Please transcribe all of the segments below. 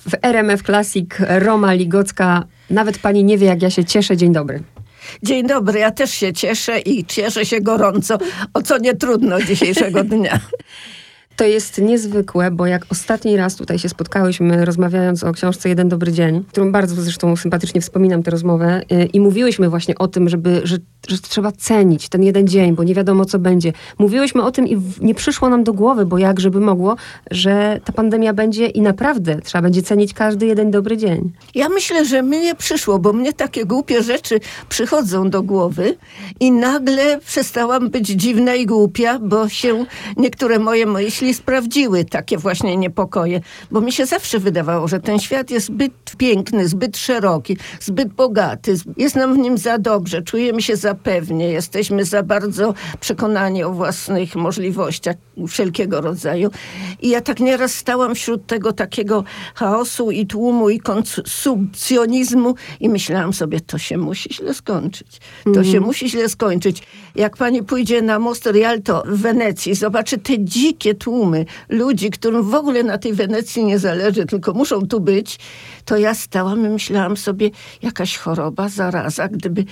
W RMF Classic Roma Ligocka. Nawet pani nie wie, jak ja się cieszę. Dzień dobry. Dzień dobry, ja też się cieszę i cieszę się gorąco, o co nie trudno dzisiejszego dnia. To jest niezwykłe, bo jak ostatni raz tutaj się spotkałyśmy, rozmawiając o książce Jeden dobry dzień, którą bardzo zresztą sympatycznie wspominam tę rozmowę, i mówiłyśmy właśnie o tym, że trzeba cenić ten jeden dzień, bo nie wiadomo, co będzie. Mówiłyśmy o tym i nie przyszło nam do głowy, bo jak żeby mogło, że ta pandemia będzie i naprawdę trzeba będzie cenić każdy jeden dobry dzień. Ja myślę, że mnie przyszło, bo mnie takie głupie rzeczy przychodzą do głowy i nagle przestałam być dziwna i głupia, bo się niektóre moje myśli sprawdziły, takie właśnie niepokoje. Bo mi się zawsze wydawało, że ten świat jest zbyt piękny, zbyt szeroki, zbyt bogaty. Jest nam w nim za dobrze, czujemy się za pewnie, jesteśmy za bardzo przekonani o własnych możliwościach wszelkiego rodzaju. I ja tak nieraz stałam wśród tego takiego chaosu i tłumu i konsumpcjonizmu i myślałam sobie, to się musi źle skończyć. To się musi źle skończyć. Jak pani pójdzie na most Rialto w Wenecji, zobaczy te dzikie tłumy ludzi, którym w ogóle na tej Wenecji nie zależy, tylko muszą tu być, to ja stałam i myślałam sobie, jakaś choroba, zaraza,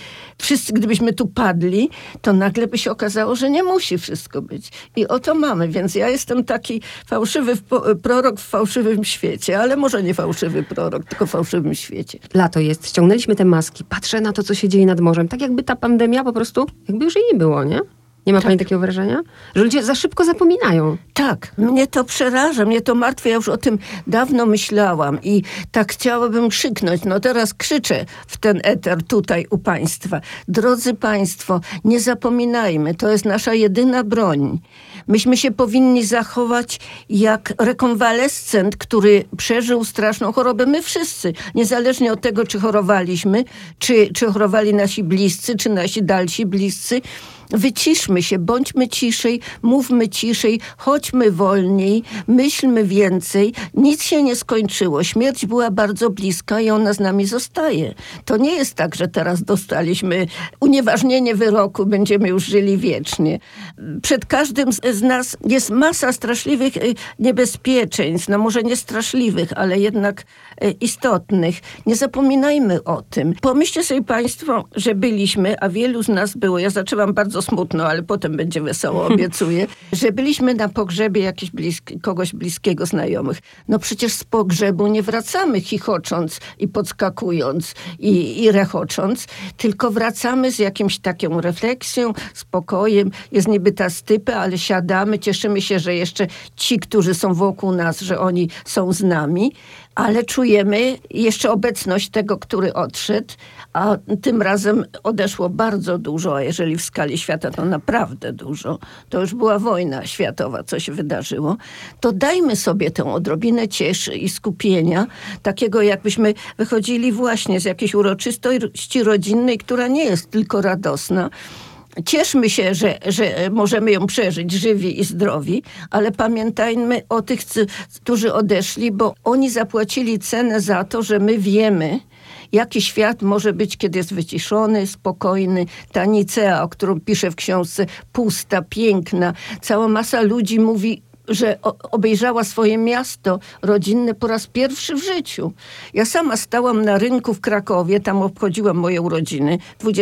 gdybyśmy tu padli, to nagle by się okazało, że nie musi wszystko być. I oto mamy, więc ja jestem taki fałszywy prorok w fałszywym świecie, ale może nie fałszywy prorok, tylko w fałszywym świecie. Lato jest, ściągnęliśmy te maski, patrzę na to, co się dzieje nad morzem, tak jakby ta pandemia po prostu, jakby już jej nie było, nie? Nie ma pani takiego wrażenia? Że ludzie za szybko zapominają. Tak, mnie to przeraża, mnie to martwi. Ja już o tym dawno myślałam i tak chciałabym krzyknąć. No teraz krzyczę w ten eter tutaj u państwa. Drodzy państwo, nie zapominajmy, to jest nasza jedyna broń. Myśmy się powinni zachować jak rekonwalescent, który przeżył straszną chorobę. My wszyscy, niezależnie od tego, czy chorowaliśmy, czy chorowali nasi bliscy, czy nasi dalsi bliscy, wyciszmy się, bądźmy ciszej, mówmy ciszej, chodźmy wolniej, myślmy więcej. Nic się nie skończyło. Śmierć była bardzo bliska i ona z nami zostaje. To nie jest tak, że teraz dostaliśmy unieważnienie wyroku, będziemy już żyli wiecznie. Przed każdym z nas jest masa straszliwych niebezpieczeństw. No może nie straszliwych, ale jednak istotnych. Nie zapominajmy o tym. Pomyślcie sobie państwo, że byliśmy, a wielu z nas było, ja zaczęłam bardzo smutno, ale potem będzie wesoło, obiecuję, że byliśmy na pogrzebie kogoś bliskiego znajomych. No przecież z pogrzebu nie wracamy chichocząc i podskakując i rechocząc, tylko wracamy z jakimś taką refleksją, spokojem. Jest niby ta stypa, ale siadamy, cieszymy się, że jeszcze ci, którzy są wokół nas, że oni są z nami, ale czujemy jeszcze obecność tego, który odszedł, a tym razem odeszło bardzo dużo, a jeżeli w skali świata to naprawdę dużo, to już była wojna światowa, co się wydarzyło, to dajmy sobie tę odrobinę cieszy i skupienia, takiego jakbyśmy wychodzili właśnie z jakiejś uroczystości rodzinnej, która nie jest tylko radosna. Cieszmy się, że możemy ją przeżyć żywi i zdrowi, ale pamiętajmy o tych, którzy odeszli, bo oni zapłacili cenę za to, że my wiemy, jaki świat może być, kiedy jest wyciszony, spokojny. Ta Nicea, o którą piszę w książce, pusta, piękna. Cała masa ludzi mówi, że obejrzała swoje miasto rodzinne po raz pierwszy w życiu. Ja sama stałam na rynku w Krakowie, tam obchodziłam moje urodziny,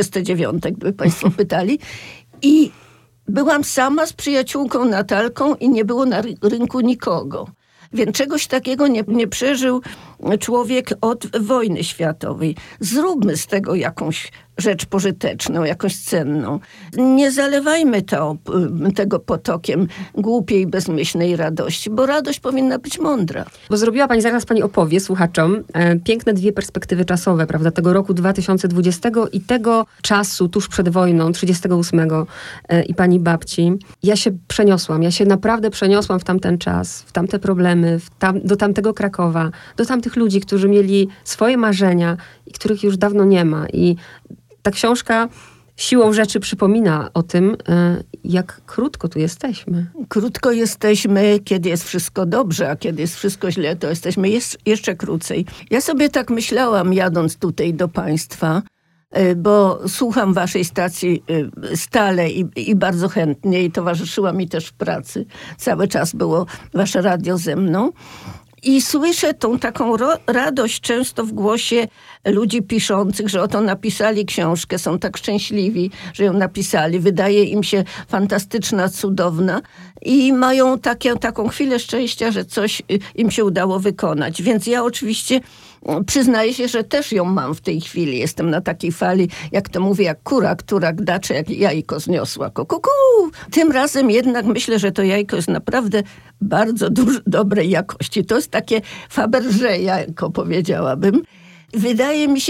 29, gdyby państwo pytali, i byłam sama z przyjaciółką Natalką i nie było na rynku nikogo. Więc czegoś takiego nie przeżył człowiek od wojny światowej. Zróbmy z tego jakąś rzecz pożyteczną, jakąś cenną. Nie zalewajmy tego potokiem głupiej, bezmyślnej radości, bo radość powinna być mądra. Bo zrobiła pani, zaraz pani opowie słuchaczom, piękne dwie perspektywy czasowe, prawda, tego roku 2020 i tego czasu tuż przed wojną, 38 i pani babci. Ja się naprawdę przeniosłam w tamten czas, w tamte problemy, do tamtego Krakowa, do tamtych ludzi, którzy mieli swoje marzenia i których już dawno nie ma. I ta książka siłą rzeczy przypomina o tym, jak krótko tu jesteśmy. Krótko jesteśmy, kiedy jest wszystko dobrze, a kiedy jest wszystko źle, to jesteśmy jeszcze krócej. Ja sobie tak myślałam, jadąc tutaj do państwa, bo słucham waszej stacji stale i bardzo chętnie i towarzyszyła mi też w pracy. Cały czas było wasze radio ze mną. I słyszę tą taką radość często w głosie ludzi piszących, że oto napisali książkę, są tak szczęśliwi, że ją napisali. Wydaje im się fantastyczna, cudowna i mają taką chwilę szczęścia, że coś im się udało wykonać. Więc ja oczywiście przyznaję się, że też ją mam w tej chwili. Jestem na takiej fali, jak to mówię, jak kura, która gdacze, jak jajko zniosła. Kuku. Tym razem jednak myślę, że to jajko jest naprawdę bardzo dobrej jakości. To jest takie Fabergé jajko, powiedziałabym. Wydaje mi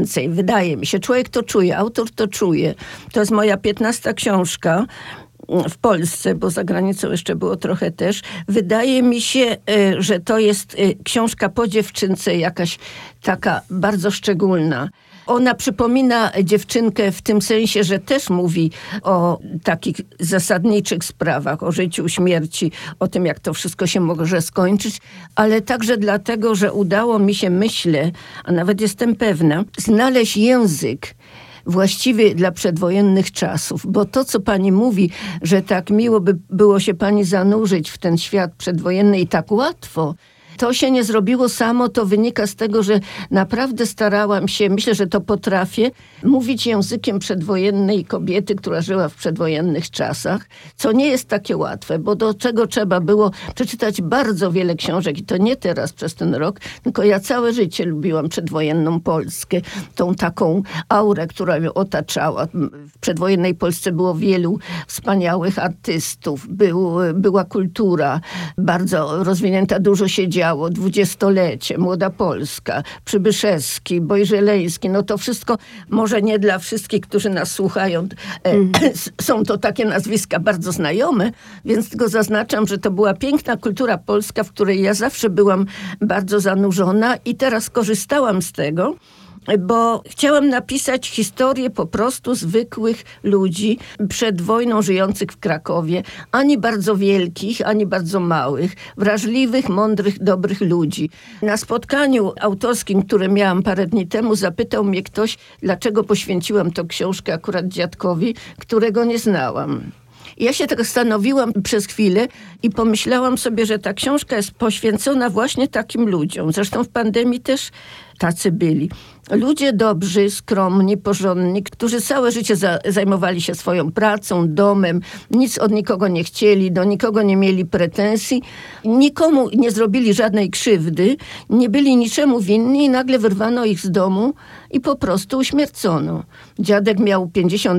się. Człowiek to czuje, autor to czuje. To jest moja 15. książka w Polsce, bo za granicą jeszcze było trochę też. Wydaje mi się, że to jest książka po dziewczynce, jakaś taka bardzo szczególna. Ona przypomina dziewczynkę w tym sensie, że też mówi o takich zasadniczych sprawach, o życiu, śmierci, o tym, jak to wszystko się może skończyć, ale także dlatego, że udało mi się, myślę, a nawet jestem pewna, znaleźć język właściwy dla przedwojennych czasów. Bo to, co pani mówi, że tak miło by było się pani zanurzyć w ten świat przedwojenny i tak łatwo, to się nie zrobiło samo, to wynika z tego, że naprawdę starałam się, myślę, że to potrafię, mówić językiem przedwojennej kobiety, która żyła w przedwojennych czasach, co nie jest takie łatwe, bo do czego trzeba było przeczytać bardzo wiele książek i to nie teraz przez ten rok, tylko ja całe życie lubiłam przedwojenną Polskę, tą taką aurę, która ją otaczała. W przedwojennej Polsce było wielu wspaniałych artystów, była kultura bardzo rozwinięta, dużo się działo. 20-lecie, Młoda Polska, Przybyszewski, Bojżeleński, no to wszystko, może nie dla wszystkich, którzy nas słuchają, są to takie nazwiska bardzo znajome, więc tylko zaznaczam, że to była piękna kultura polska, w której ja zawsze byłam bardzo zanurzona i teraz korzystałam z tego, bo chciałam napisać historię po prostu zwykłych ludzi przed wojną żyjących w Krakowie, ani bardzo wielkich, ani bardzo małych, wrażliwych, mądrych, dobrych ludzi. Na spotkaniu autorskim, które miałam parę dni temu, zapytał mnie ktoś, dlaczego poświęciłam tę książkę akurat dziadkowi, którego nie znałam. Ja się tak zastanowiłam przez chwilę i pomyślałam sobie, że ta książka jest poświęcona właśnie takim ludziom. Zresztą w pandemii też tacy byli. Ludzie dobrzy, skromni, porządni, którzy całe życie zajmowali się swoją pracą, domem, nic od nikogo nie chcieli, do nikogo nie mieli pretensji, nikomu nie zrobili żadnej krzywdy, nie byli niczemu winni i nagle wyrwano ich z domu i po prostu uśmiercono. Dziadek miał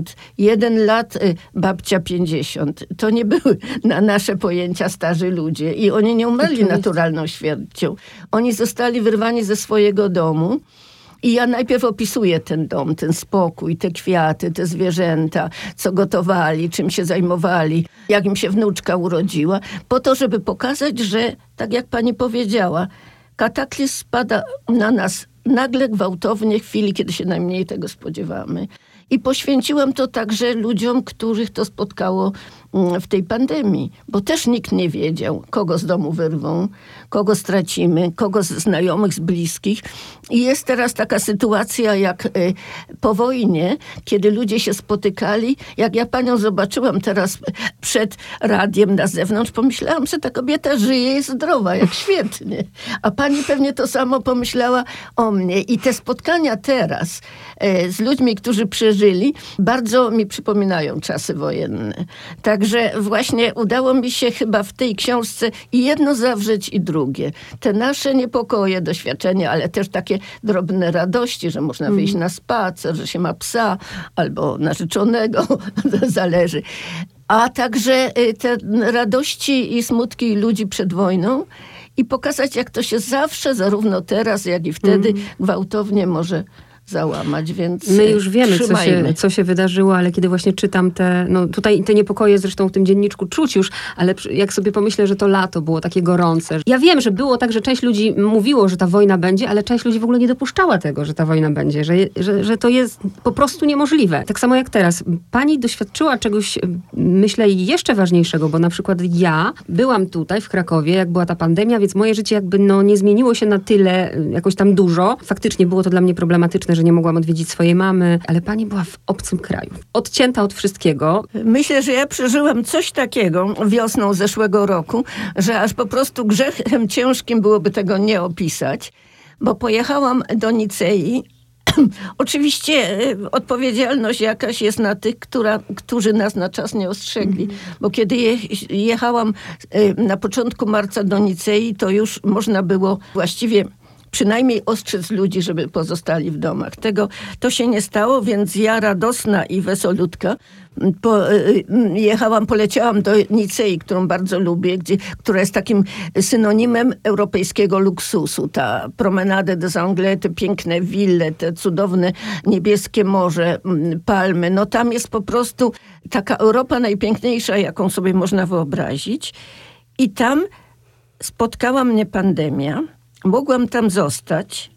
51 lat, babcia 50. To nie były na nasze pojęcia starzy ludzie i oni nie umarli naturalną śmiercią. Oni zostali wyrwani ze swojego domu. I ja najpierw opisuję ten dom, ten spokój, te kwiaty, te zwierzęta, co gotowali, czym się zajmowali, jak im się wnuczka urodziła, po to, żeby pokazać, że, tak jak pani powiedziała, kataklizm spada na nas nagle, gwałtownie, w chwili, kiedy się najmniej tego spodziewamy. I poświęciłam to także ludziom, których to spotkało w tej pandemii, bo też nikt nie wiedział, kogo z domu wyrwą, kogo stracimy, kogo z znajomych, z bliskich. I jest teraz taka sytuacja jak po wojnie, kiedy ludzie się spotykali. Jak ja panią zobaczyłam teraz przed radiem na zewnątrz, pomyślałam, że ta kobieta żyje, jest zdrowa, jak świetnie. A pani pewnie to samo pomyślała o mnie. I te spotkania teraz z ludźmi, którzy przeżyli, bardzo mi przypominają czasy wojenne. Także właśnie udało mi się chyba w tej książce i jedno zawrzeć i drugie. Te nasze niepokoje, doświadczenia, ale też takie drobne radości, że można wyjść na spacer, że się ma psa albo narzeczonego, zależy. A także te radości i smutki ludzi przed wojną i pokazać, jak to się zawsze, zarówno teraz, jak i wtedy gwałtownie może załamać, więc my już wiemy, co się wydarzyło, ale kiedy właśnie czytam tutaj te niepokoje zresztą w tym dzienniczku czuć już, ale jak sobie pomyślę, że to lato było takie gorące. Ja wiem, że było tak, że część ludzi mówiło, że ta wojna będzie, ale część ludzi w ogóle nie dopuszczała tego, że ta wojna będzie, że to jest po prostu niemożliwe. Tak samo jak teraz. Pani doświadczyła czegoś, myślę, jeszcze ważniejszego, bo na przykład ja byłam tutaj w Krakowie, jak była ta pandemia, więc moje życie jakby nie zmieniło się na tyle jakoś tam dużo. Faktycznie było to dla mnie problematyczne, że nie mogłam odwiedzić swojej mamy, ale pani była w obcym kraju, odcięta od wszystkiego. Myślę, że ja przeżyłam coś takiego wiosną zeszłego roku, że aż po prostu grzechem ciężkim byłoby tego nie opisać, bo pojechałam do Nicei. Oczywiście odpowiedzialność jakaś jest na tych, którzy nas na czas nie ostrzegli. Bo kiedy jechałam na początku marca do Nicei, to już można było właściwie przynajmniej ostrzec ludzi, żeby pozostali w domach. To się nie stało, więc ja radosna i wesolutka poleciałam do Nicei, którą bardzo lubię, która jest takim synonimem europejskiego luksusu. Ta Promenade des Anglais, te piękne wille, te cudowne niebieskie morze, palmy. No tam jest po prostu taka Europa najpiękniejsza, jaką sobie można wyobrazić. I tam spotkała mnie pandemia. Mogłam tam zostać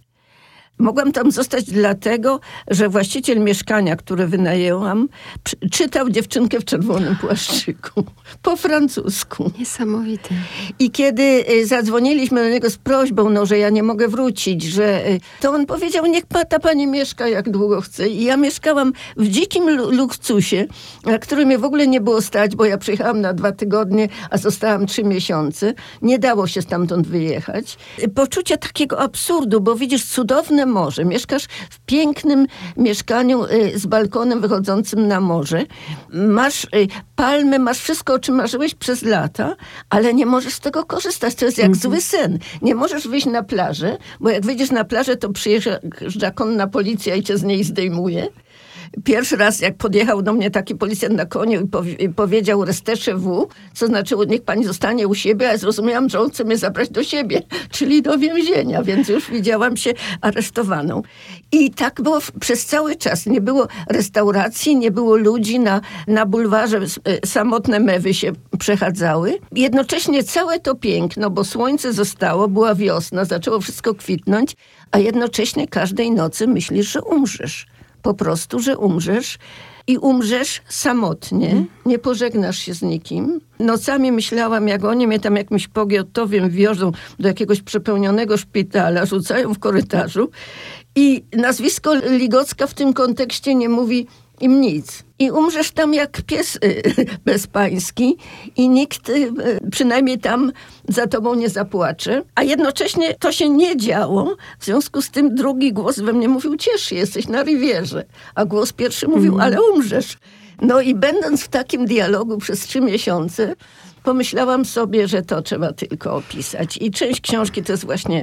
dlatego, że właściciel mieszkania, które wynajęłam, czytał Dziewczynkę w czerwonym płaszczyku po francusku. Niesamowite. I kiedy zadzwoniliśmy do niego z prośbą, że ja nie mogę wrócić, to on powiedział, niech ta pani mieszka jak długo chce. I ja mieszkałam w dzikim luksusie, na który mnie w ogóle nie było stać, bo ja przyjechałam na 2 tygodnie, a zostałam 3 miesiące. Nie dało się stamtąd wyjechać. Poczucie takiego absurdu, bo widzisz cudowne morze. Mieszkasz w pięknym mieszkaniu z balkonem wychodzącym na morze. Masz palmy, masz wszystko, o czym marzyłeś przez lata, ale nie możesz z tego korzystać. To jest jak zły sen. Nie możesz wyjść na plażę, bo jak wyjdziesz na plażę, to przyjeżdża konna policja i cię z niej zdejmuje. Pierwszy raz, jak podjechał do mnie taki policjant na koniu i powiedział restez-vous, co znaczyło, niech pani zostanie u siebie, a ja zrozumiałam, że on chce mnie zabrać do siebie, czyli do więzienia, więc już widziałam się aresztowaną. I tak było przez cały czas. Nie było restauracji, nie było ludzi na bulwarze. Samotne mewy się przechadzały. Jednocześnie całe to piękno, bo słońce zostało, była wiosna, zaczęło wszystko kwitnąć, a jednocześnie każdej nocy myślisz, że umrzesz. Po prostu, że umrzesz i umrzesz samotnie, nie pożegnasz się z nikim. Nocami myślałam, jak oni mnie tam jakimś pogiotowiem wiozą do jakiegoś przepełnionego szpitala, rzucają w korytarzu i nazwisko Ligocka w tym kontekście nie mówi im nic. I umrzesz tam jak pies bezpański i nikt przynajmniej tam za tobą nie zapłacze. A jednocześnie to się nie działo. W związku z tym drugi głos we mnie mówił, ciesz się, jesteś na Rivierze. A głos pierwszy mówił, ale umrzesz. No i będąc w takim dialogu przez 3 miesiące, pomyślałam sobie, że to trzeba tylko opisać. I część książki to jest właśnie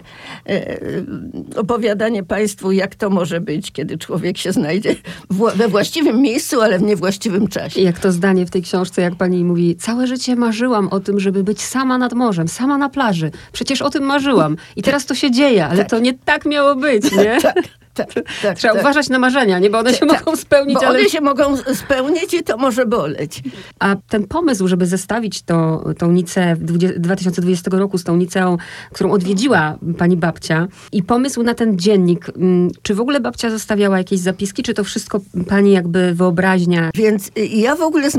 opowiadanie państwu, jak to może być, kiedy człowiek się znajdzie we właściwym miejscu, ale w niewłaściwym czasie. I jak to zdanie w tej książce, jak pani mówi, całe życie marzyłam o tym, żeby być sama nad morzem, sama na plaży. Przecież o tym marzyłam. I teraz to się dzieje, ale to nie tak miało być, nie? Tak, Trzeba uważać na marzenia, nie? Bo one się mogą spełnić. Bo one się mogą spełnić i to może boleć. A ten pomysł, żeby zestawić tą Niceę 2020 roku z tą Niceą, którą odwiedziła pani babcia i pomysł na ten dziennik, czy w ogóle babcia zostawiała jakieś zapiski, czy to wszystko pani jakby wyobraźnia? Więc ja w ogóle z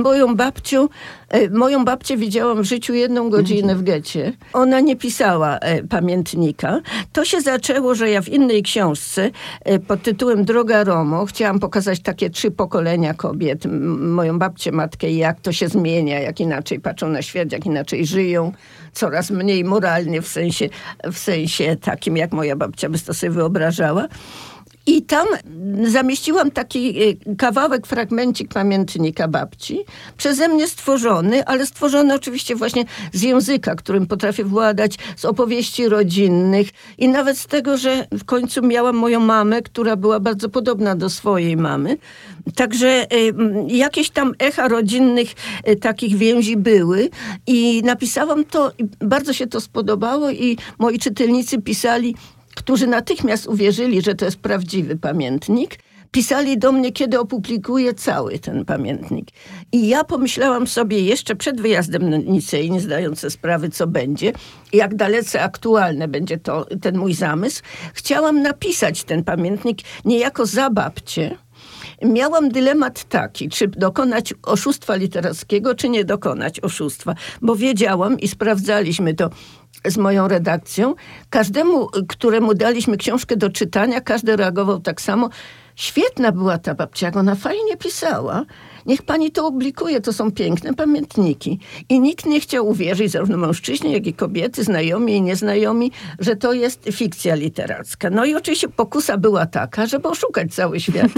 moją babcię widziałam w życiu 1 godzinę w getcie. Ona nie pisała pamiętnika. To się zaczęło, że ja w innej książce pod tytułem Droga Romo chciałam pokazać takie 3 pokolenia kobiet. Moją babcię, matkę i jak to się zmienia, jak inaczej patrzą na świat, jak inaczej żyją. Coraz mniej moralnie w sensie takim, jak moja babcia by to sobie wyobrażała. I tam zamieściłam taki kawałek, fragmencik pamiętnika babci, przeze mnie stworzony, ale stworzony oczywiście właśnie z języka, którym potrafię władać, z opowieści rodzinnych i nawet z tego, że w końcu miałam moją mamę, która była bardzo podobna do swojej mamy. Także jakieś tam echa rodzinnych takich więzi były i napisałam to, i bardzo się to spodobało i moi czytelnicy pisali, którzy natychmiast uwierzyli, że to jest prawdziwy pamiętnik, pisali do mnie, kiedy opublikuję cały ten pamiętnik. I ja pomyślałam sobie jeszcze przed wyjazdem na Nicei, nie zdając sobie sprawy, co będzie, jak dalece aktualny będzie ten mój zamysł, chciałam napisać ten pamiętnik niejako za babcię. Miałam dylemat taki, czy dokonać oszustwa literackiego, czy nie dokonać oszustwa, bo wiedziałam i sprawdzaliśmy to z moją redakcją. Każdemu, któremu daliśmy książkę do czytania, każdy reagował tak samo. Świetna była ta babcia, jak ona fajnie pisała. Niech pani to opublikuje, to są piękne pamiętniki. I nikt nie chciał uwierzyć, zarówno mężczyźni, jak i kobiety, znajomi i nieznajomi, że to jest fikcja literacka. No i oczywiście pokusa była taka, żeby oszukać cały świat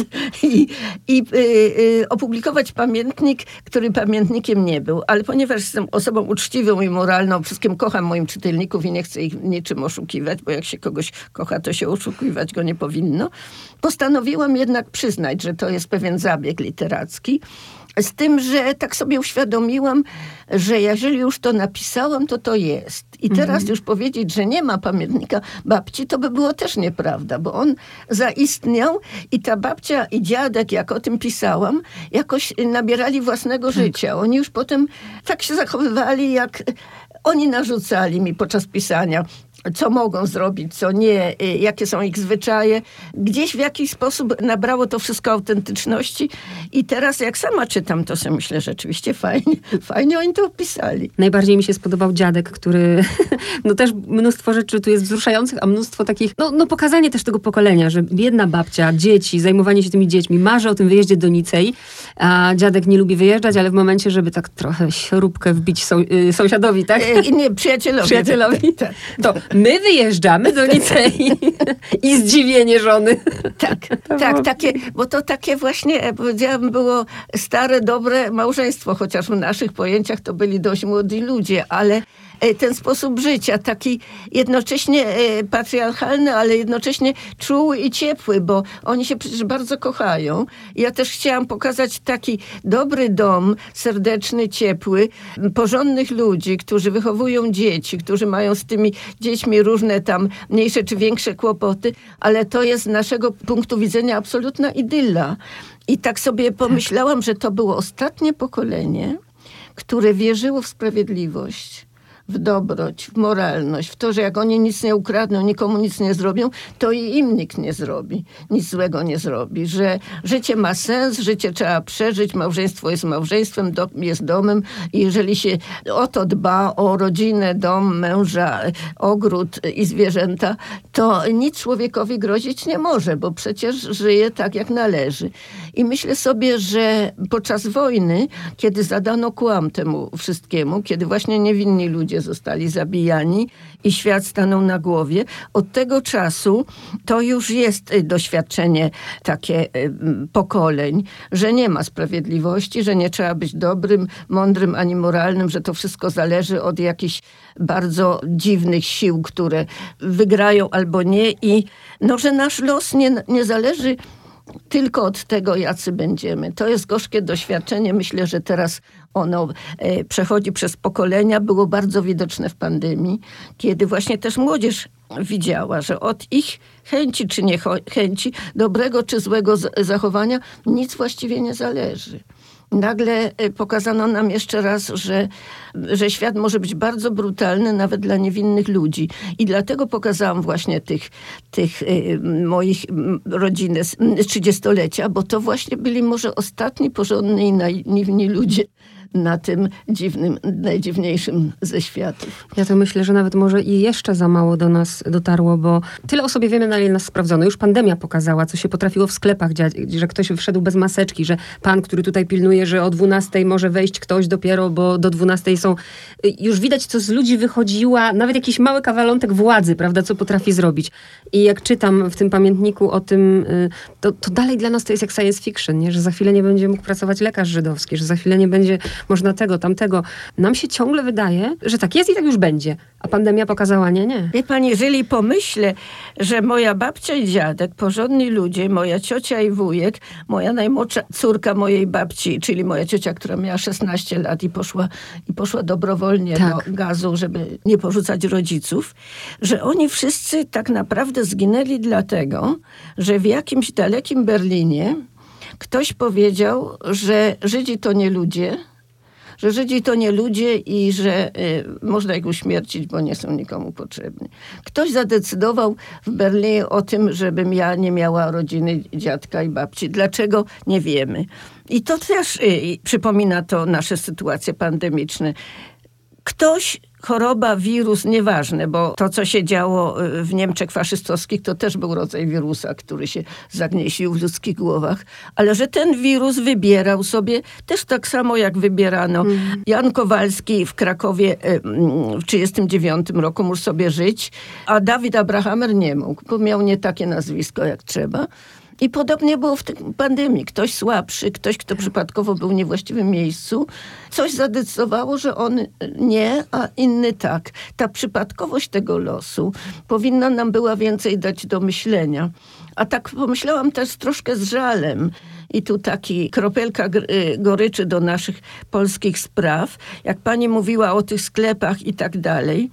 i opublikować pamiętnik, który pamiętnikiem nie był. Ale ponieważ jestem osobą uczciwą i moralną, wszystkim kocham moich czytelników i nie chcę ich niczym oszukiwać, bo jak się kogoś kocha, to się oszukiwać go nie powinno, postanowiłam jednak przyznać, że to jest pewien zabieg literacki. Z tym, że tak sobie uświadomiłam, że jeżeli już to napisałam, to jest. I teraz już powiedzieć, że nie ma pamiętnika babci, to by było też nieprawda, bo on zaistniał i ta babcia i dziadek, jak o tym pisałam, jakoś nabierali własnego życia. Oni już potem tak się zachowywali, jak oni narzucali mi podczas pisania, co mogą zrobić, co nie, jakie są ich zwyczaje. Gdzieś w jakiś sposób nabrało to wszystko autentyczności i teraz jak sama czytam, to sobie myślę, rzeczywiście fajnie oni to opisali. Najbardziej mi się spodobał dziadek, który, no też mnóstwo rzeczy tu jest wzruszających, a mnóstwo takich, no pokazanie też tego pokolenia, że biedna babcia, dzieci, zajmowanie się tymi dziećmi, marzy o tym wyjeździe do Nicei, a dziadek nie lubi wyjeżdżać, ale w momencie, żeby tak trochę śrubkę wbić sąsiadowi, tak? Nie, przyjacielowi. Tak. To my wyjeżdżamy do Nicei i zdziwienie żony. Tak, takie, bo to takie właśnie, powiedziałam, było stare, dobre małżeństwo, chociaż w naszych pojęciach to byli dość młodzi ludzie, ale ten sposób życia, taki jednocześnie patriarchalny, ale jednocześnie czuły i ciepły, bo oni się przecież bardzo kochają. Ja też chciałam pokazać taki dobry dom, serdeczny, ciepły, porządnych ludzi, którzy wychowują dzieci, którzy mają z tymi dziećmi różne tam mniejsze czy większe kłopoty, ale to jest z naszego punktu widzenia absolutna idylla. I tak sobie pomyślałam, że to było ostatnie pokolenie, które wierzyło w sprawiedliwość, w dobroć, w moralność, w to, że jak oni nic nie ukradną, nikomu nic nie zrobią, to i im nikt nie zrobi, nic złego nie zrobi, że życie ma sens, życie trzeba przeżyć, małżeństwo jest małżeństwem, dom jest domem i jeżeli się o to dba, o rodzinę, dom, męża, ogród i zwierzęta, to nic człowiekowi grozić nie może, bo przecież żyje tak, jak należy. I myślę sobie, że podczas wojny, kiedy zadano kłam temu wszystkiemu, kiedy właśnie niewinni ludzie zostali zabijani i świat stanął na głowie, od tego czasu to już jest doświadczenie takie pokoleń, że nie ma sprawiedliwości, że nie trzeba być dobrym, mądrym ani moralnym, że to wszystko zależy od jakichś bardzo dziwnych sił, które wygrają albo nie i no, że nasz los nie zależy tylko od tego, jacy będziemy. To jest gorzkie doświadczenie. Myślę, że teraz ono przechodzi przez pokolenia. Było bardzo widoczne w pandemii, kiedy właśnie też młodzież widziała, że od ich chęci czy niechęci, dobrego czy złego zachowania, nic właściwie nie zależy. Nagle pokazano nam jeszcze raz, że świat może być bardzo brutalny nawet dla niewinnych ludzi. I dlatego pokazałam właśnie tych moich rodziny z 30-lecia, bo to właśnie byli może ostatni porządni i naiwni ludzie na tym najdziwniejszym ze światów. Ja to myślę, że nawet może i jeszcze za mało do nas dotarło, bo tyle o sobie wiemy, na ile nas sprawdzono. Już pandemia pokazała, co się potrafiło w sklepach dziać, że ktoś wszedł bez maseczki, że pan, który tutaj pilnuje, że o 12 może wejść ktoś dopiero, bo do 12 są... Już widać, co z ludzi wychodziła, nawet jakiś mały kawalątek władzy, prawda, co potrafi zrobić. I jak czytam w tym pamiętniku o tym, to dalej dla nas to jest jak science fiction, nie? Że za chwilę nie będzie mógł pracować lekarz żydowski, że za chwilę nie będzie można tego, tamtego. Nam się ciągle wydaje, że tak jest i tak już będzie. A pandemia pokazała, nie. Wie pani, jeżeli pomyślę, że moja babcia i dziadek, porządni ludzie, moja ciocia i wujek, moja najmłodsza córka mojej babci, czyli moja ciocia, która miała 16 lat i poszła dobrowolnie do gazu, żeby nie porzucać rodziców, że oni wszyscy tak naprawdę zginęli dlatego, że w jakimś dalekim Berlinie ktoś powiedział, że Żydzi to nie ludzie, i że można ich uśmiercić, bo nie są nikomu potrzebni. Ktoś zadecydował w Berlinie o tym, żebym ja nie miała rodziny, dziadka i babci. Dlaczego? Nie wiemy. I to też przypomina to nasze sytuacje pandemiczne. Ktoś choroba, wirus, nieważne, bo to, co się działo w Niemczech faszystowskich, to też był rodzaj wirusa, który się zagnieździł w ludzkich głowach, ale że ten wirus wybierał sobie też tak samo, jak wybierano. Jan Kowalski w Krakowie w 1939 roku mógł sobie żyć, a Dawid Abrahamer nie mógł, bo miał nie takie nazwisko jak trzeba. I podobnie było w tej pandemii. Ktoś słabszy, ktoś, kto przypadkowo był w niewłaściwym miejscu, coś zadecydowało, że on nie, a inny tak. Ta przypadkowość tego losu powinna nam była więcej dać do myślenia. A tak pomyślałam też troszkę z żalem. I tu taki kropelka goryczy do naszych polskich spraw. Jak pani mówiła o tych sklepach i tak dalej.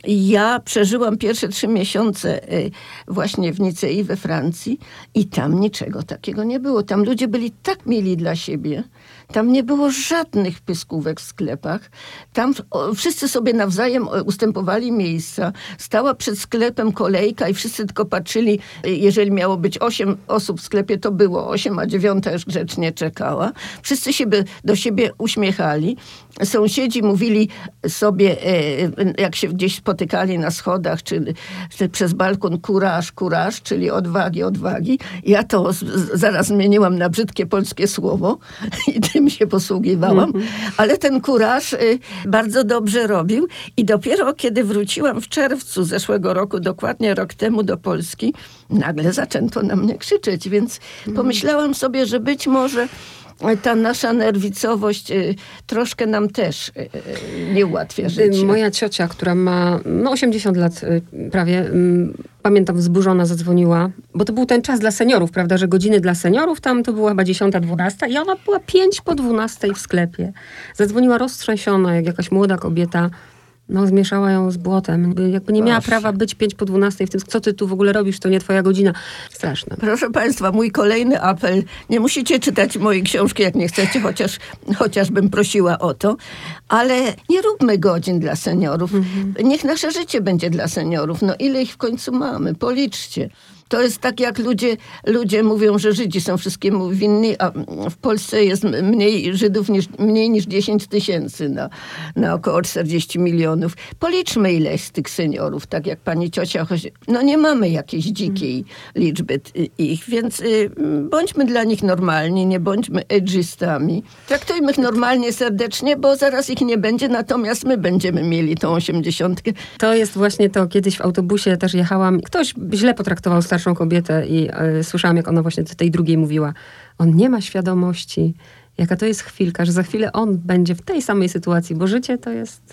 Ja przeżyłam pierwsze 3 miesiące właśnie w Nicei we Francji i tam niczego takiego nie było. Tam ludzie byli tak mili dla siebie. Tam nie było żadnych pyskówek w sklepach. Tam wszyscy sobie nawzajem ustępowali miejsca. Stała przed sklepem kolejka i wszyscy tylko patrzyli. Jeżeli miało być 8 osób w sklepie, to było 8, a 9 już grzecznie czekała. Wszyscy się do siebie uśmiechali. Sąsiedzi mówili sobie, jak się gdzieś spotykali na schodach, czy przez balkon kuraż, czyli odwagi. Ja to zaraz zmieniłam na brzydkie polskie słowo i tym się posługiwałam. Ale ten kuraż bardzo dobrze robił i dopiero kiedy wróciłam w czerwcu zeszłego roku, dokładnie rok temu do Polski, nagle zaczęto na mnie krzyczeć, więc pomyślałam sobie, że być może ta nasza nerwicowość troszkę nam też nie ułatwia życia. Moja ciocia, która ma 80 lat prawie, pamiętam, wzburzona zadzwoniła, bo to był ten czas dla seniorów, prawda, że godziny dla seniorów, tam to była chyba 10:12 i ona była 5:12 w sklepie. Zadzwoniła roztrzęsiona, jak jakaś młoda kobieta. Zmieszała ją z błotem. Jakby nie miała prawa być 5:12 w tym, co ty tu w ogóle robisz, to nie twoja godzina. Straszne. Proszę państwa, mój kolejny apel. Nie musicie czytać mojej książki, jak nie chcecie, chociaż bym prosiła o to. Ale nie róbmy godzin dla seniorów. Niech nasze życie będzie dla seniorów. Ile ich w końcu mamy? Policzcie. To jest tak, jak ludzie mówią, że Żydzi są wszystkiemu winni, a w Polsce jest mniej Żydów mniej niż 10 000 na około 40 milionów. Policzmy ileś z tych seniorów, tak jak pani ciocia. Nie mamy jakiejś dzikiej liczby ich, więc bądźmy dla nich normalni, nie bądźmy edżystami. Traktujmy ich normalnie, serdecznie, bo zaraz ich nie będzie, natomiast my będziemy mieli tą 80. To jest właśnie to. Kiedyś w autobusie też jechałam. Ktoś źle potraktował starszą kobietę i słyszałam, jak ona właśnie do tej drugiej mówiła. On nie ma świadomości, jaka to jest chwilka, że za chwilę on będzie w tej samej sytuacji, bo życie to jest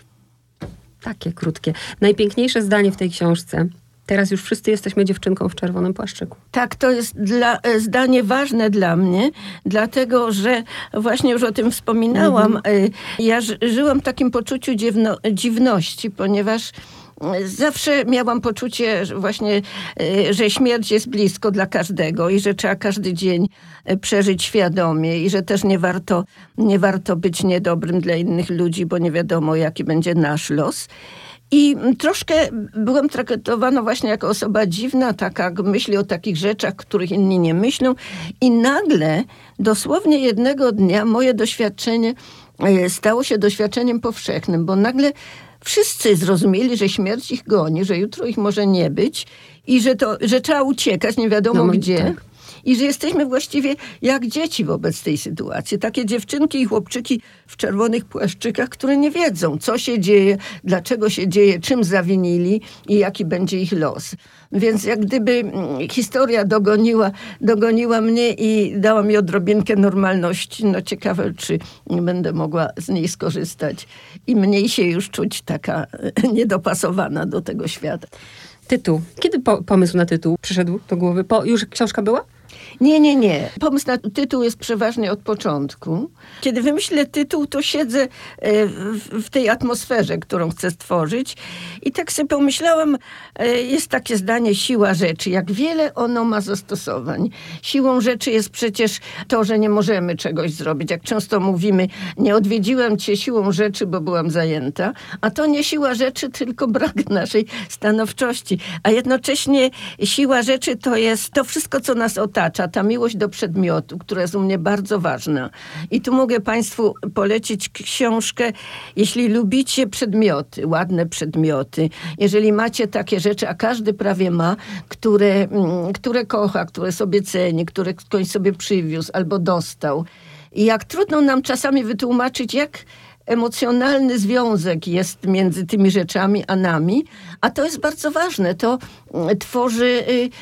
takie krótkie. Najpiękniejsze zdanie w tej książce. Teraz już wszyscy jesteśmy dziewczynką w czerwonym płaszczyku. Tak, to jest zdanie ważne dla mnie, dlatego, że właśnie już o tym wspominałam. Ja żyłam w takim poczuciu dziwności, ponieważ zawsze miałam poczucie właśnie, że śmierć jest blisko dla każdego i że trzeba każdy dzień przeżyć świadomie i że też nie warto być niedobrym dla innych ludzi, bo nie wiadomo, jaki będzie nasz los. I troszkę byłam traktowana właśnie jako osoba dziwna, taka myśli o takich rzeczach, których inni nie myślą. I nagle, dosłownie jednego dnia, moje doświadczenie stało się doświadczeniem powszechnym, bo nagle wszyscy zrozumieli, że śmierć ich goni, że jutro ich może nie być i że trzeba uciekać, nie wiadomo gdzie. Tak. I że jesteśmy właściwie jak dzieci wobec tej sytuacji. Takie dziewczynki i chłopczyki w czerwonych płaszczykach, które nie wiedzą, co się dzieje, dlaczego się dzieje, czym zawinili i jaki będzie ich los. Więc jak gdyby historia dogoniła mnie i dała mi odrobinkę normalności. Ciekawe, czy nie będę mogła z niej skorzystać i mniej się już czuć taka niedopasowana do tego świata. Tytuł. Kiedy pomysł na tytuł przyszedł do głowy? Już książka była? Nie. Pomysł na tytuł jest przeważnie od początku. Kiedy wymyślę tytuł, to siedzę w tej atmosferze, którą chcę stworzyć. I tak sobie pomyślałam, jest takie zdanie siła rzeczy. Jak wiele ono ma zastosowań. Siłą rzeczy jest przecież to, że nie możemy czegoś zrobić. Jak często mówimy, nie odwiedziłam cię siłą rzeczy, bo byłam zajęta. A to nie siła rzeczy, tylko brak naszej stanowczości. A jednocześnie siła rzeczy to jest to wszystko, co nas otacza. otacza, ta miłość do przedmiotu, która jest u mnie bardzo ważna. I tu mogę Państwu polecić książkę, jeśli lubicie przedmioty, ładne przedmioty, jeżeli macie takie rzeczy, a każdy prawie ma, które kocha, które sobie ceni, które ktoś sobie przywiózł albo dostał. I jak trudno nam czasami wytłumaczyć, jak emocjonalny związek jest między tymi rzeczami a nami, a to jest bardzo ważne. To tworzy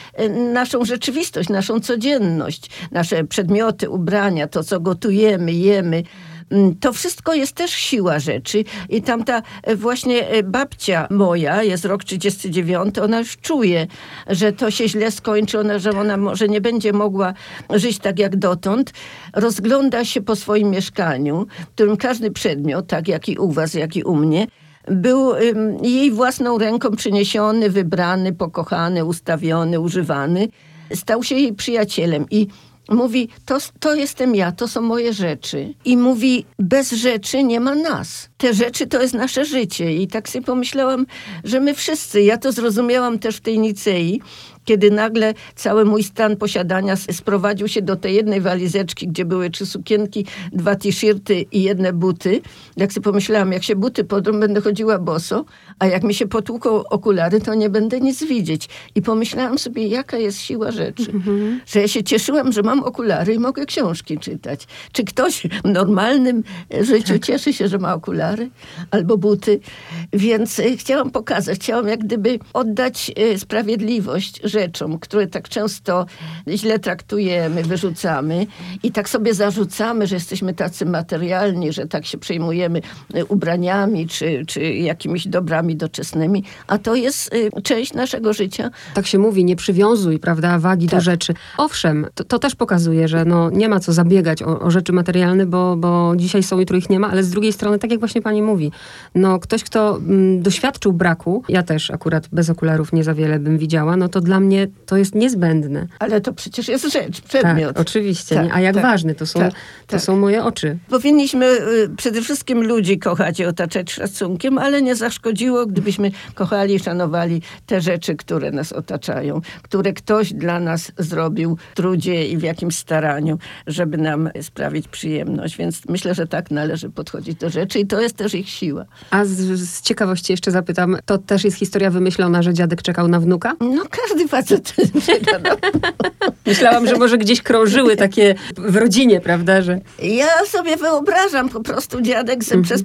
naszą rzeczywistość, naszą codzienność, nasze przedmioty, ubrania, to co gotujemy, jemy. To wszystko jest też siła rzeczy i tamta właśnie babcia moja, jest rok 39, ona już czuje, że to się źle skończy, że ona może nie będzie mogła żyć tak jak dotąd. Rozgląda się po swoim mieszkaniu, w którym każdy przedmiot, tak jak i u was, jak i u mnie, był jej własną ręką przyniesiony, wybrany, pokochany, ustawiony, używany. Stał się jej przyjacielem i mówi, to jestem ja, to są moje rzeczy. I mówi, bez rzeczy nie ma nas. Te rzeczy to jest nasze życie. I tak sobie pomyślałam, że my wszyscy, ja to zrozumiałam też w tej Nicei, kiedy nagle cały mój stan posiadania sprowadził się do tej jednej walizeczki, gdzie były 3 sukienki, 2 t-shirty i jedne buty. Jak sobie pomyślałam, jak się buty podrą, będę chodziła boso, a jak mi się potłuką okulary, to nie będę nic widzieć. I pomyślałam sobie, jaka jest siła rzeczy. Że ja się cieszyłam, że mam okulary i mogę książki czytać. Czy ktoś w normalnym życiu cieszy się, że ma okulary albo buty? Więc chciałam pokazać, chciałam jak gdyby oddać sprawiedliwość rzeczom, które tak często źle traktujemy, wyrzucamy i tak sobie zarzucamy, że jesteśmy tacy materialni, że tak się przejmujemy ubraniami czy jakimiś dobrami doczesnymi, a to jest część naszego życia. Tak się mówi, nie przywiązuj, prawda, wagi do rzeczy. Owszem, to też pokazuje, że nie ma co zabiegać o rzeczy materialne, bo dzisiaj są, jutro ich nie ma, ale z drugiej strony, tak jak właśnie pani mówi, ktoś, kto doświadczył braku, ja też akurat bez okularów nie za wiele bym widziała, to dla mnie to jest niezbędne. Ale to przecież jest rzecz, przedmiot. Tak, oczywiście. Tak, a jak ważne to są moje oczy. Powinniśmy przede wszystkim ludzi kochać i otaczać szacunkiem, ale nie zaszkodziło, gdybyśmy kochali i szanowali te rzeczy, które nas otaczają, które ktoś dla nas zrobił w trudzie i w jakimś staraniu, żeby nam sprawić przyjemność. Więc myślę, że tak należy podchodzić do rzeczy i to jest też ich siła. A z ciekawości jeszcze zapytam, to też jest historia wymyślona, że dziadek czekał na wnuka? Każdy facet czeka na wnuka. Myślałam, że może gdzieś krążyły takie w rodzinie, prawda? Że... Ja sobie wyobrażam, po prostu dziadek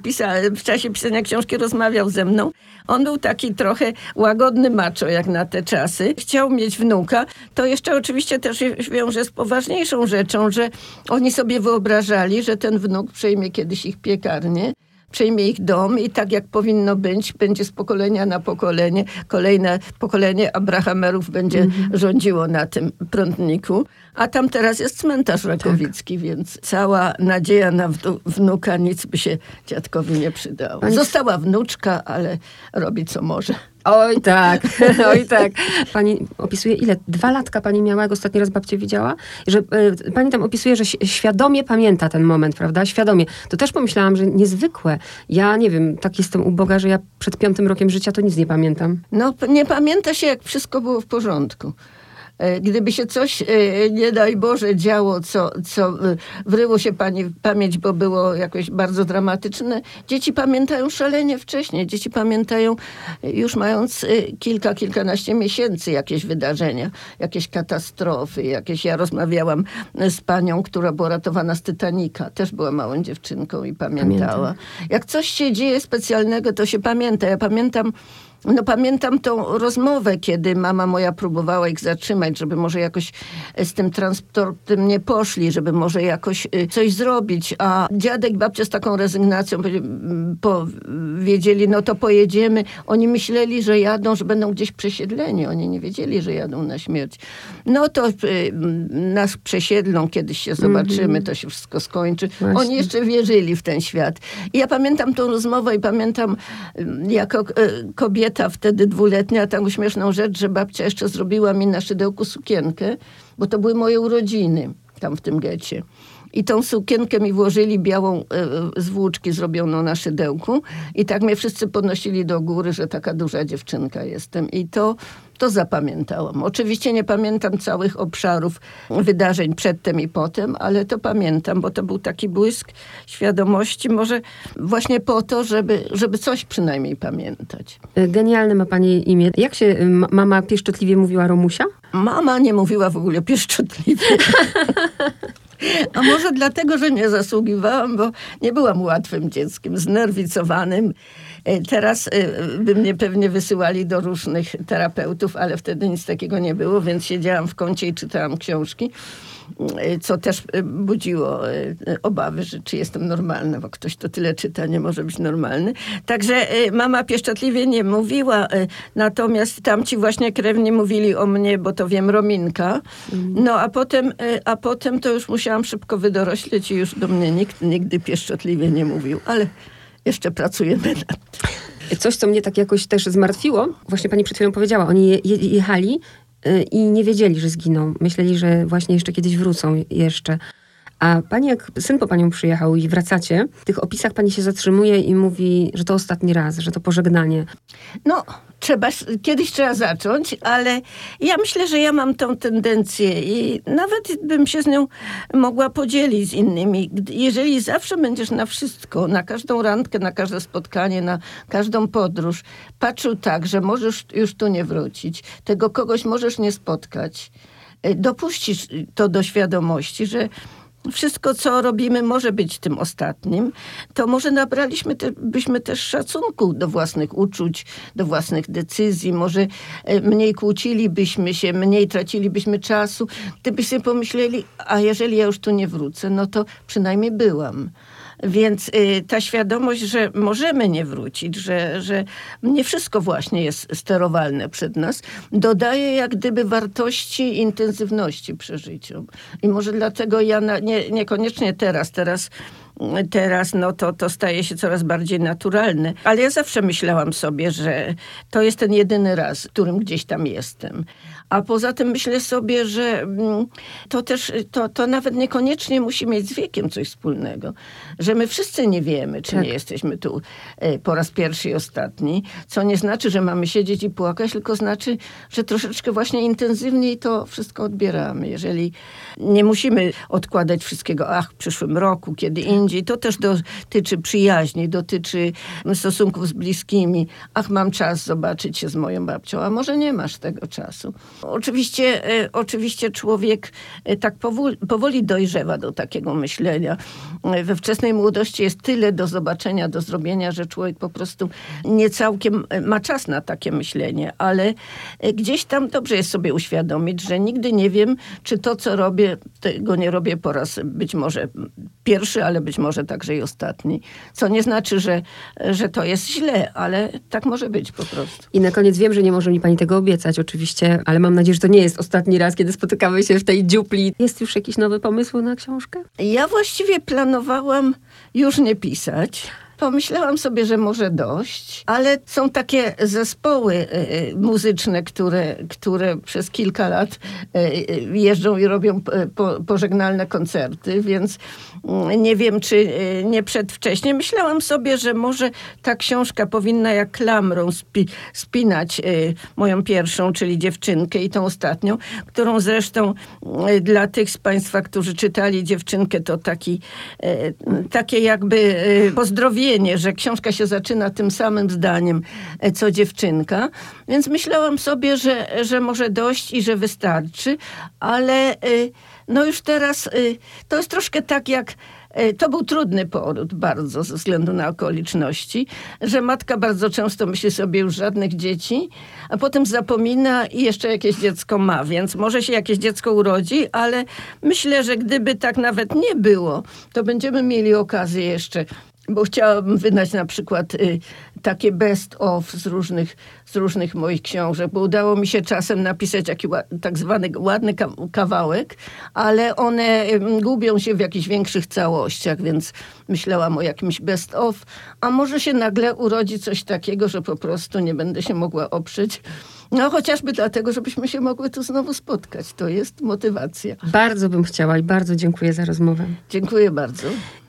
w czasie pisania książki rozmawiał ze mną. On był taki trochę łagodny macho, jak na te czasy. Chciał mieć wnuka. To jeszcze oczywiście też wiąże z poważniejszą rzeczą, że oni sobie wyobrażali, że ten wnuk przejmie kiedyś ich piekarnię, przejmie ich dom i tak jak powinno być, będzie z pokolenia na pokolenie. Kolejne pokolenie Abrahamerów będzie rządziło na tym prądniku. A tam teraz jest cmentarz rakowicki, więc cała nadzieja na wnuka, nic by się dziadkowi nie przydało. Została wnuczka, ale robi co może. Oj tak, oj tak. Pani opisuje, ile? 2 latka pani miała, jak ostatni raz babcię widziała? Że pani tam opisuje, że świadomie pamięta ten moment, prawda? Świadomie. To też pomyślałam, że niezwykłe. Ja nie wiem, tak jestem uboga, że ja przed 5. rokiem życia to nic nie pamiętam. Nie pamięta się, jak wszystko było w porządku. Gdyby się coś, nie daj Boże, działo, co wryło się pani w pamięć, bo było jakoś bardzo dramatyczne, dzieci pamiętają szalenie wcześnie. Dzieci pamiętają już mając kilkanaście miesięcy jakieś wydarzenia, jakieś katastrofy, Ja rozmawiałam z panią, która była ratowana z Titanica. Też była małą dziewczynką i pamiętała. Jak coś się dzieje specjalnego, to się pamięta. Ja pamiętam tą rozmowę, kiedy mama moja próbowała ich zatrzymać, żeby może jakoś z tym transportem nie poszli, żeby może jakoś coś zrobić. A dziadek i babcia z taką rezygnacją powiedzieli, to pojedziemy. Oni myśleli, że jadą, że będą gdzieś przesiedleni. Oni nie wiedzieli, że jadą na śmierć. To nas przesiedlą, kiedyś się zobaczymy, to się wszystko skończy. Właśnie. Oni jeszcze wierzyli w ten świat. I ja pamiętam tą rozmowę i pamiętam jako kobieta wtedy 2-letnia, taką śmieszną rzecz, że babcia jeszcze zrobiła mi na szydełku sukienkę, bo to były moje urodziny tam w tym getcie. i tą sukienkę mi włożyli białą z włóczki zrobioną na szydełku i tak mnie wszyscy podnosili do góry, że taka duża dziewczynka jestem. I to zapamiętałam. Oczywiście nie pamiętam całych obszarów wydarzeń przedtem i potem, ale to pamiętam, bo to był taki błysk świadomości, może właśnie po to, żeby coś przynajmniej pamiętać. Genialne ma pani imię. Jak się mama pieszczotliwie mówiła Romusia? Mama nie mówiła w ogóle pieszczotliwie. A może dlatego, że nie zasługiwałam, bo nie byłam łatwym dzieckiem, znerwicowanym. Teraz by mnie pewnie wysyłali do różnych terapeutów, ale wtedy nic takiego nie było, więc siedziałam w kącie i czytałam książki, co też budziło obawy, że czy jestem normalna, bo ktoś to tyle czyta, nie może być normalny. Także mama pieszczotliwie nie mówiła, natomiast tamci właśnie krewni mówili o mnie, bo to wiem, Rominka. No a potem to już musiałam szybko wydorośleć i już do mnie nikt nigdy pieszczotliwie nie mówił, ale jeszcze pracujemy nad tym. Coś, co mnie tak jakoś też zmartwiło, właśnie pani przed chwilą powiedziała, oni jechali i nie wiedzieli, że zginą. Myśleli, że właśnie jeszcze kiedyś wrócą jeszcze. A pani, jak syn po panią przyjechał i wracacie, w tych opisach pani się zatrzymuje i mówi, że to ostatni raz, że to pożegnanie. No, kiedyś trzeba zacząć, ale ja myślę, że ja mam tą tendencję i nawet bym się z nią mogła podzielić z innymi. Jeżeli zawsze będziesz na wszystko, na każdą randkę, na każde spotkanie, na każdą podróż, patrzył tak, że możesz już tu nie wrócić, tego kogoś możesz nie spotkać, dopuścisz to do świadomości, że wszystko, co robimy, może być tym ostatnim, to może byśmy też szacunku do własnych uczuć, do własnych decyzji, może mniej kłócilibyśmy się, mniej tracilibyśmy czasu, gdybyśmy pomyśleli, a jeżeli ja już tu nie wrócę, no to przynajmniej byłam. Więc ta świadomość, że możemy nie wrócić, że nie wszystko właśnie jest sterowalne przed nas, dodaje jak gdyby wartości i intensywności przeżyciom. I może dlatego ja niekoniecznie teraz no to staje się coraz bardziej naturalne. Ale ja zawsze myślałam sobie, że to jest ten jedyny raz, w którym gdzieś tam jestem. A poza tym myślę sobie, że to też, to nawet niekoniecznie musi mieć z wiekiem coś wspólnego. Że my wszyscy nie wiemy, czy nie jesteśmy tu po raz pierwszy i ostatni. Co nie znaczy, że mamy siedzieć i płakać, tylko znaczy, że troszeczkę właśnie intensywniej to wszystko odbieramy. Jeżeli nie musimy odkładać wszystkiego, w przyszłym roku, kiedy indziej. To też dotyczy przyjaźni, dotyczy stosunków z bliskimi. Mam czas zobaczyć się z moją babcią, a może nie masz tego czasu. Oczywiście człowiek tak powoli dojrzewa do takiego myślenia. We wczesnej młodości jest tyle do zobaczenia, do zrobienia, że człowiek po prostu nie całkiem ma czas na takie myślenie, ale gdzieś tam dobrze jest sobie uświadomić, że nigdy nie wiem, czy to, co robię, tego nie robię po raz być może pierwszy, ale być może także i ostatni. Co nie znaczy, że to jest źle, ale tak może być po prostu. I na koniec wiem, że nie może mi pani tego obiecać oczywiście, ale mam nadzieję, że to nie jest ostatni raz, kiedy spotykamy się w tej dziupli. Jest już jakiś nowy pomysł na książkę? Ja właściwie planowałam już nie pisać. Pomyślałam sobie, że może dość, ale są takie zespoły muzyczne, które przez kilka lat jeżdżą i robią pożegnalne koncerty, więc nie wiem, czy nie przedwcześnie. Myślałam sobie, że może ta książka powinna jak klamrą spinać moją pierwszą, czyli Dziewczynkę i tą ostatnią, którą zresztą dla tych z państwa, którzy czytali Dziewczynkę, to takie jakby pozdrowienie, że książka się zaczyna tym samym zdaniem, co Dziewczynka. Więc myślałam sobie, że może dość i że wystarczy, ale no już teraz to jest troszkę tak jak to był trudny poród bardzo ze względu na okoliczności, że matka bardzo często myśli sobie już żadnych dzieci, a potem zapomina i jeszcze jakieś dziecko ma, więc może się jakieś dziecko urodzi, ale myślę, że gdyby tak nawet nie było, to będziemy mieli okazję jeszcze, bo chciałabym wydać na przykład takie best of z różnych moich książek, bo udało mi się czasem napisać taki tak zwany ładny kawałek, ale one gubią się w jakichś większych całościach, więc myślałam o jakimś best of, a może się nagle urodzi coś takiego, że po prostu nie będę się mogła oprzeć No chociażby dlatego, żebyśmy się mogły tu znowu spotkać. To jest motywacja. Bardzo bym chciała i bardzo dziękuję za rozmowę. Dziękuję bardzo.